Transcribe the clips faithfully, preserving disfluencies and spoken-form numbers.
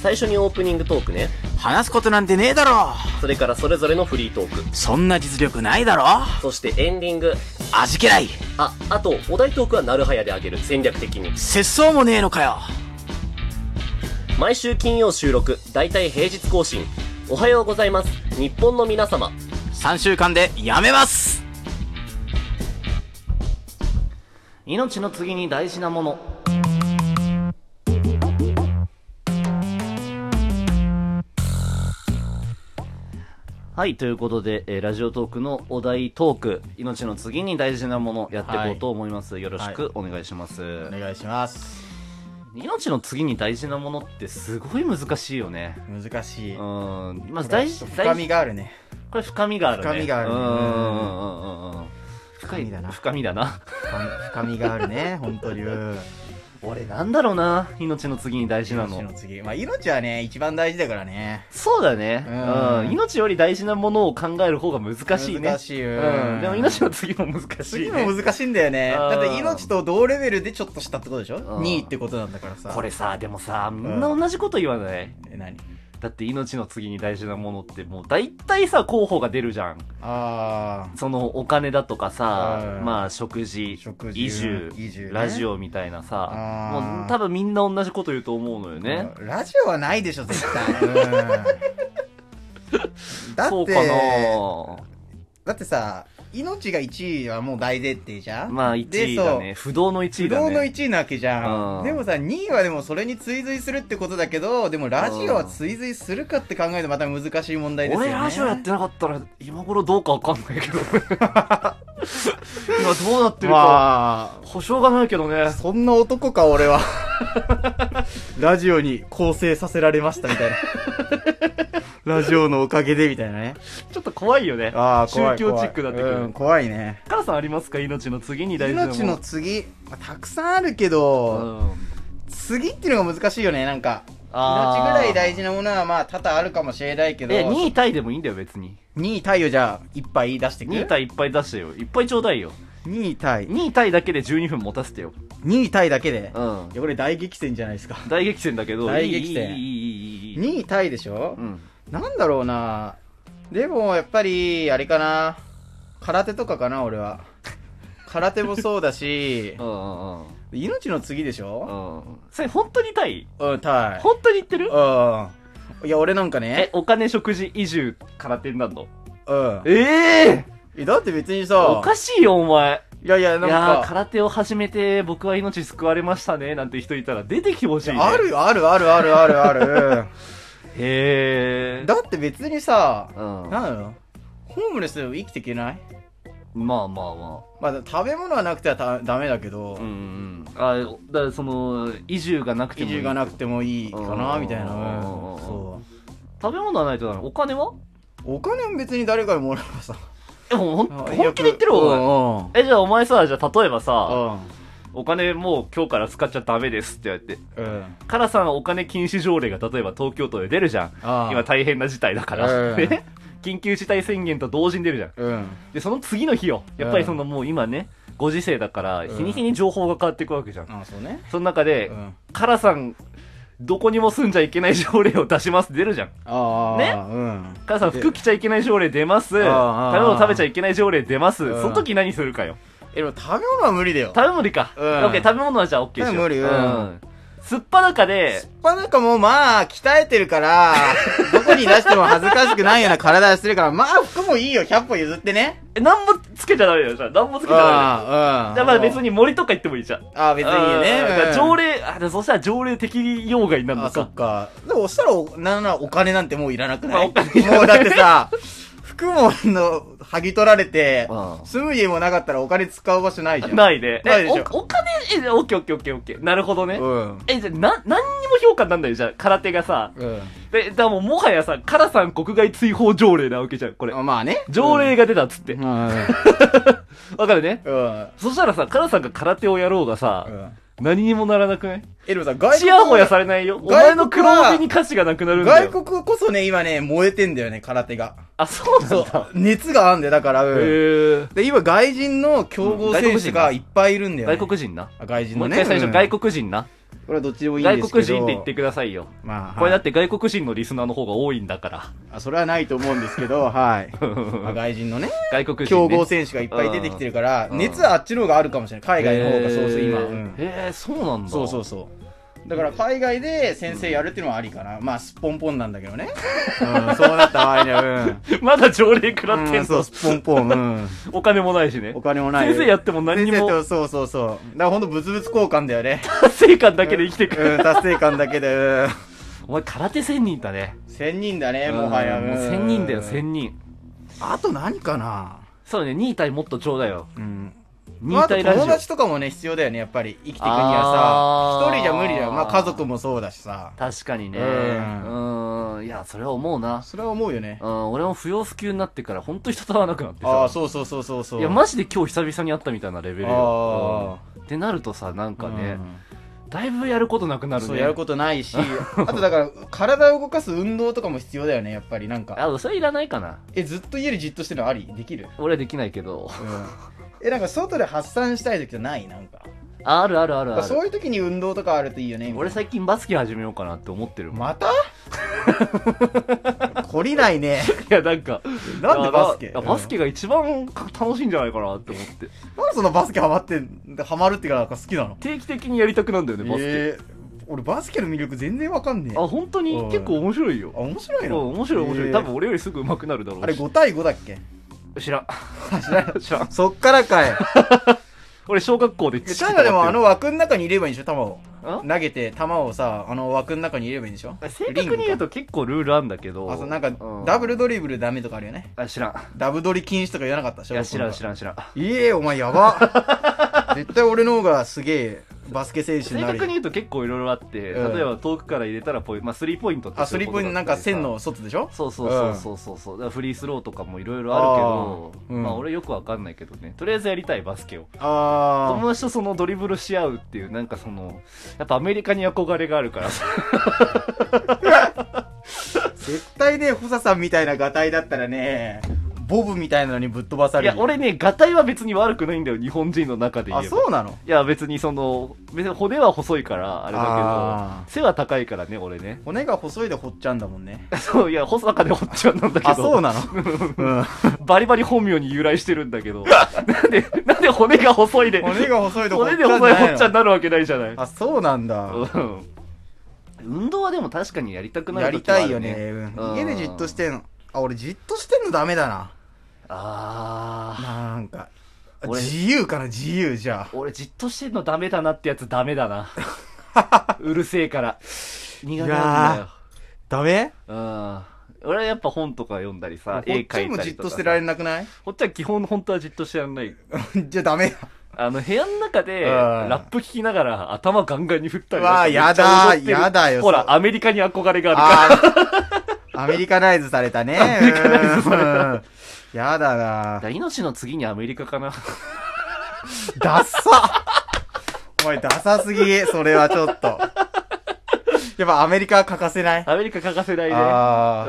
最初にオープニングトークね。 話すことなんてねえだろ。 それからそれぞれのフリートーク。 そんな実力ないだろ。 そしてエンディング。 味気ない。 あ、あと、お題トークはなるはやであげる。戦略的に。 節操もねえのかよ。 毎週金曜収録、だいたい平日更新。おはようございます。日本の皆様。 さんしゅうかんでやめます。 命の次に大事なもの。はい、ということで、えー、ラジオトークのお題トーク、命の次に大事なものやっていこうと思います。はい、よろしくお願いします。 はい、お願いします。 命の次に大事なものってすごい難しいよね。 難しい。 うん。まず大事、 深みがあるね。 これ深みがあるね。 深みがあるね。うんうんうんうんうん。 深みだな。 深みだな。 深みがあるね、本当に。 俺なんだろうな、命の次に大事なの。 命の次。まあ命はね、一番大事だからね。 そうだね。うん。うん、命より大事なものを考える方が難しいね。 難しい。 うん。でも命の次も難しい、ね。 次も難しいんだよね。だって命と同レベルでちょっとしたってことでしょ ?に 位ってことなんだからさ。 これさ、でもさ、みんな同じこと言わない、 うん、え、何だって命の次に大事なものってもう大体さ候補が出るじゃん。 ああ。 そのお金だとかさ、まあ食事、 食事移住、 移住ね、 ラジオみたいなさ、もう多分みんな同じこと言うと思うのよね。 ラジオはないでしょ絶対。うん、だってそうかな。 だってさ、命がいちいはもう大前提じゃん。 まあいちいだね。不動のいちいだね。 不動のいちいなわけじゃん。でもさ、にいはでもそれに追随するってことだけど、でもラジオは追随するかって考えるとまた難しい問題ですよね。 俺ラジオやってなかったら今頃どうかわかんないけど。今どうなってるか、まあ、保証がないけどね。 そんな男か俺は。ラジオに構成させられましたみたいな。ラジオのおかげでみたいなね。 ちょっと怖いよね。 ああ、怖い。 宗教チックだってくる。 うん、怖いね。 カラさんありますか？命の次に大事なもの。 命の次、まあ、たくさんあるけど、うん、次っていうのが難しいよね、なんか。命ぐらい大事なものはまあ多々あるかもしれないけど。 え、にいタイでもいいんだよ、別に。 にいタイをじゃあ、いっぱい出してく？ にいタイいっぱい出してよ。いっぱいちょうだいよ。 にいタイ。 にいタイだけでじゅうにふん持たせてよ。 にいタイだけで？ うん。 いや、これ大激戦じゃないですか。 大激戦だけど、 大激戦。 いい、いい、いい、いい。 にいタイでしょ？ うん。 なんだろうな。でも、やっぱり、あれかな。空手とかかな、俺は。空手もそうだし、 うんうんうん。 命の次でしょ？ うん。それ本当にタイ？ うん、タイ。 本当に言ってる？ うん。いや、俺なんかね。 え、お金、食事、移住、空手になるの？ うん。 ええー、だって別にさ。 おかしいよ、お前。 いやいや、なんか。いや空手を始めて僕は命救われましたね、なんて人いたら出てきてほしいね。 あるよ、あるあるあるあるある。 へえ。 だって別にさ、 うん、 なんだろう、ホームレスでも生きていけない？ まあまあまあ。 まあ食べ物はなくてはたダメだけど。 うんうん。あ、だからその、移住がなくてもいい。 移住がなくてもいいかな、みたいな。そう。 食べ物はないとダメ。お金は？ お金は別に誰かにもらえばさ。 え、もうほん、本気で言ってるお前。え、じゃあお前さ、じゃあ例えばさ、お金もう今日から使っちゃダメですって言われて。うん。カラさんお金禁止条例が例えば東京都で出るじゃん。今大変な事態だから。うん、緊急事態宣言と同時に出るじゃん。うん。で、その次の日よ。やっぱりそのもう今ね、ご時世だから、日に日に情報が変わっていくわけじゃん。 ああ、そうね。 その中で、うん、カラさん、どこにも住んじゃいけない条例を出しますって出るじゃん。ああ。ね。うん。カラさん、服着ちゃいけない条例出ます。食べ物食べちゃいけない条例出ます。うん、その時何するかよ。 え、でも食べ物は無理だよ。 食べ物か。うん。オッケー、食べ物はじゃあオッケーしよう。 無理、うん。 すっぱだかで。 すっぱだかもまあ、鍛えてるから、どこに出しても恥ずかしくないような体してるから、まあ、服もいいよ、ひゃっぽ譲ってね。 え、なんもつけちゃダメだよ、じゃあ。なんもつけちゃダメだよ。ああ、うん。じゃあまあ別に森とか行ってもいいじゃん。 ああ、別にいいね。 うん、条例、あ、そしたら条例適用外になるのか。 あ、そっか。でも、そしたら、なんならお金なんてもういらなくない？まあ、お金もうだってさ、服もの、剥ぎ取られて、うん、住む家もなかったらお金使う場所ないじゃん。 ないね。 ないでしょ。 お、お金、え、オッケーオッケーオッケーオッケー。なるほどね。 うん。 え、じゃあ、な、何にも評価なんだよ、じゃあ、空手がさ。うん。で、だからもう、もはやさ、カラさん国外追放条例なわけじゃん、これ。 まあね。 条例が出たっつって。うん。わかるね。 うん。 そしたらさ、カラさんが空手をやろうがさ、うん、何にもならなくない？ え、でもさ、外国。 チヤホヤされないよ。お前の黒帯に価値がなくなるんだよ。 外国こそね、今ね、燃えてんだよね、空手が。 あ、そうなんだ。そう。 熱があんだよ、だから。うん。へー。 で、今、外人の強豪選手がいっぱいいるんだよね。 外国人な。 外人のね。 もう一回最初、外国人な。 これはどっちでもいいんですけど。 外国人で言ってくださいよ。まあ、これだって外国人のリスナーの方が多いんだから。 あ、それはないと思うんですけど、はい。まあ、外人のね、 外国人、 ね、強豪選手がいっぱい出てきてるから、熱はあっちの方があるかもしれない。海外の方がそうそう今。 へえ、そうなんだ。 そうそうそう。だから海外で先生やるっていうのはありかな。まあ、すっぽんぽんなんだけどね。うん、そうなった場合には、うん。 まだ条例食らってんの、うん、 そう、すっぽんぽん。うん。 お金もないしね。 お金もない。 先生やっても何にも。先生そうそうそう。だからほんと物々交換だよね。 達成感だけで生きてくる。 うん、達成感だけで。うん。 お前空手千人だね。 千人だね、もはや。 もう千人だよ、千人。 あと何かな。 そうね、に体もっとちょうだよ。 うん。まあ、友達とかもね、必要だよね、やっぱり。生きていくにはさ。一人じゃ無理だよ。まあ、家族もそうだしさ。 確かにね。うん。いや、それは思うな。 それは思うよね。 うん。俺も不要不急になってから、ほんと人と会わなくなってさ。 ああ、そうそうそうそうそう。 いや、マジで今日久々に会ったみたいなレベルよ。ってなるとさ、なんかね、だいぶやることなくなるね。 そう、やることないし。あとだから、体を動かす運動とかも必要だよね、やっぱり。なんか。 あ、それいらないかな。 え、ずっと家でじっとしてるのありできる？ 俺はできないけど。 うん。え、なんか外で発散したい時じゃないなんか。 あるあるあるある。 そういう時に運動とかあるといいよね。 俺最近バスケ始めようかなって思ってるもん。 また懲りないね。 いや、なんか。 なんでバスケ？ バスケが一番楽しいんじゃないかなって思って。 なんでそんなバスケハマってん、ハマるっていうか好きなの？ 定期的にやりたくなんだよね、バスケ。えー、 俺バスケの魅力全然わかんねえ。 あ、本当に結構面白いよ。 あ、面白いの？ 面白い面白い。多分俺よりすぐ上手くなるだろうし。 あれご対ごだっけ？ 知らん。 知らん。知らん。そっからかい。 俺小学校で知った。ただでもあの枠の中に入れればいいんでしょ、球を。投げて、球をさ、あの枠の中に入れればいいんでしょ。 正確に言うと結構ルールあんだけど。 あ、そう、なんか、うん、ダブルドリブルダメとかあるよね。 あ、知らん。 ダブドリ禁止とか言わなかったでしょ。 いや、知らん知らん知らん。 いえ、お前やば。絶対俺の方がすげえ。バスケ選手になる。 正確に言うと結構いろいろあって、うん、例えば遠くから入れたらポイント、まあスリーポイントってあ、スリーポイントなんか線の外でしょ。 そうそうそうそうそうそう、うん、だからフリースローとかもいろいろあるけど、あ、うん、まあ俺よくわかんないけどね、とりあえずやりたいバスケを。あ、友達とそのドリブルし合うっていう、なんかそのやっぱアメリカに憧れがあるから絶対ね、補佐さんみたいなガタイだったらね、ボブみたいなのにぶっ飛ばされる。 いや、俺ね、ガタイは別に悪くないんだよ、日本人の中で言えば。 あ、そうなの？ いや、別にその、別に骨は細いから、あれだけど、背は高いからね、俺ね。 骨が細いで掘っちゃうんだもんね。 そう、いや、細かで掘っちゃうんだけど。 あ、そうなの？ うん。バリバリ本名に由来してるんだけど。なんで、なんで骨が細いで。 骨が細いで掘っちゃう。骨で細い掘っちゃになるわけないじゃない。 あ、そうなんだ。 うん。運動はでも確かにやりたくなる時はあるね。やりたいよね。うん、家でじっとしてんの。あ、俺じっとしてんのダメだな。あー、なんか自由かな、自由。じゃあ俺じっとしてんのダメだなってやつダメだな。うるせえから苦手なんだよ。 ダメ？ うん。俺はやっぱ本とか読んだりさ、絵描いたりとか。 こっちもじっとしてられなくない？ こっちは基本本当はじっとしてらんない。 じゃあダメや。 あの部屋の中でラップ聞きながら頭ガンガンに振ったりとか。 わあ、やだやだよ。 ほら、アメリカに憧れがあるから。 アメリカナイズされたね。 アメリカナイズされた。 やだなだ、命の次にアメリカかな。 ダッサお前ダサすぎ、それはちょっと。やっぱアメリカは欠かせない。 アメリカ欠かせないね。 あうん、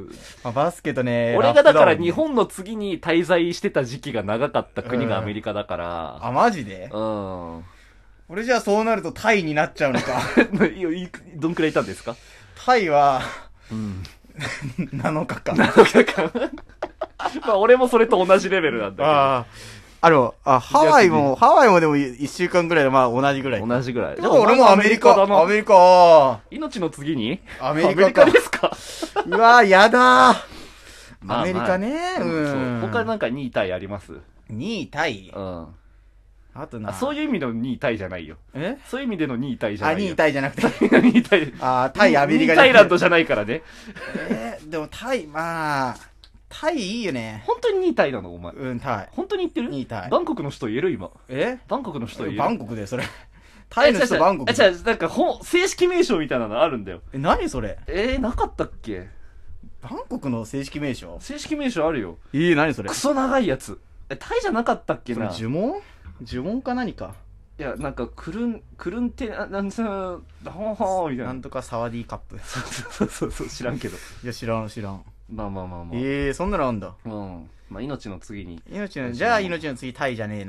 まあ、バスケとね。 俺がだから日本の次に滞在してた時期が長かった国がアメリカだから。 うん、あ、マジで？うん。俺じゃあそうなるとタイになっちゃうのか。 どんくらいいたんですか？ タイは、うん。なのかか。 なのかか。まあ俺もそれと同じレベルなんだけど。ああの、あ、ハワイも、ハワイもでもいっしゅうかんぐらいでまあ同じぐらい。 同じぐらい。 でも俺もアメリカだな。アメリカ。 命の次にアメリカか。 アメリカですか？ うわぁ、やだー。アメリカね。うん。 他なんかにいタイあります？ に 位タイ？ うん。 あとな。 そういう意味のにいタイじゃないよ。え？そういう意味でのにいタイじゃないよ。 あ、にいタイじゃなくて。 にいタイ。 あ、タイ、アメリカタイランドじゃないからね。 えー、でもタイ、まあ、タイいいよね。 本当ににいタイなのお前。 うん、タイ。 本当に言ってる？ に 位タイ。 バンコクの首都言える今。 え？ バンコクの首都言える？ バンコクでそれ。タイの首都バンコク。 あ、違う、なんかほ正式名称みたいなのあるんだよ。 え、何それ？ えー、なかったっけ？ バンコクの正式名称？ 正式名称あるよ。 えー、何それ？ クソ長いやつ。え、タイじゃなかったっけな？ 呪文？呪文か何か？ いや、なんか、くるん、くるんて、な、なんさ、ほーほーみたいな。 なんとかサワディーカップ。 そうそうそう、知らんけど。 いや、知らん、知らん。 まあまあまあまあ。 ええー、そんなのあんだ。 うん。まあ、命の次に。 命の、じゃあ命の次タイじゃねえな。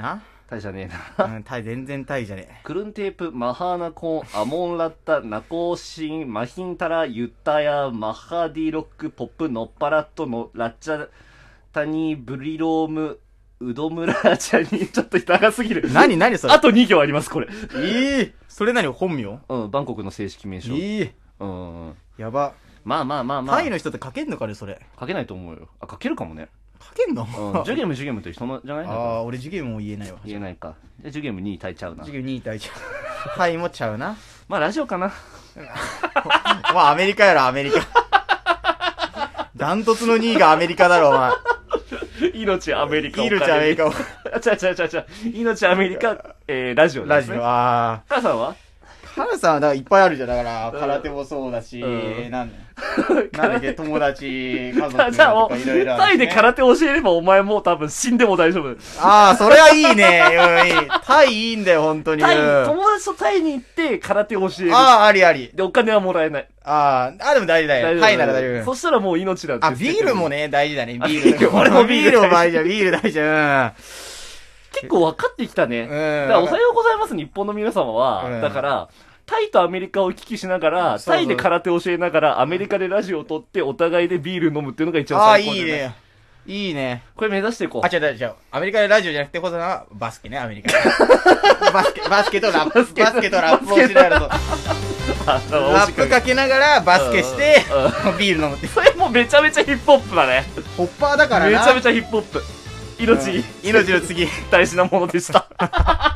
タイじゃねえな。 うん、タイ、全然タイじゃねえ。 クルンテープ、マハーナコン、アモンラッタ、ナコーシン、マヒンタラ、ユッタヤ、マハディロック、ポップ、ノッパラットの、ラッチャタニ、ブリローム、ウドムラーチャに、ちょっと長すぎる。 何何それ。 あとに行あります、これ。 ええー、それ何本名？ うん、バンコクの正式名称。 ええー、うん。 やば。 まあまあまあまあ。 タイの人って書けんのかね、それ。 書けないと思うよ。あ、書けるかもね。 書けんの？ うん。ジュゲムジュゲムと一緒のじゃない？ ああ、俺ジュゲムも言えないわ。 言えないか。じゃあジュゲムにいタイちゃうな。 ジュゲムにいタイちゃう。タイもちゃうな。 まあラジオかな。 まあアメリカやろ、アメリカ。ダントツのにいがアメリカだろ、お前。 命アメリカ。 命アメリカ。 ちゃちゃちゃちゃ。命アメリカ、えー、ラジオですね。 ラジオ、ああ。 母さんは母さんはだからいっぱいあるじゃん。だから、空手もそうだし、うん、なんなんだっけ、友達、家族とかいろいろある、ね。 タイで空手教えればお前もう多分死んでも大丈夫。 ああ、それはいいね。うん、いい。タイいいんだよ、本当に。 タイ、友達とタイに行って空手教える。 ああ、ありあり。 で、お金はもらえない。 ああ、あ、でも大事だよ。タイなら大丈夫。 そしたらもう命なんて。 あ、ビールもね、大事だね。ビール。俺もビールも大事だ。ビール大事だ。 結構分かってきたね。うん。だからおはようございます、日本の皆様は。うん、だから、タイとアメリカを行き来しながら、タイで空手を教えながら、アメリカでラジオを撮って、お互いでビール飲むっていうのが一番最高だね。ああ、いいね。 いいね。 これ目指していこう。 あ、違う違う違う。アメリカでラジオじゃなくてこそな、バスケね、アメリカで。バスケ、バスケとラップ、バスケとラップをしながらと。ラップかけながらバスケして、ビール飲むって。 それもうめちゃめちゃヒップホップだね。 ホッパーだからな。 めちゃめちゃヒップホップ。命、 命の次。 大事なものでした。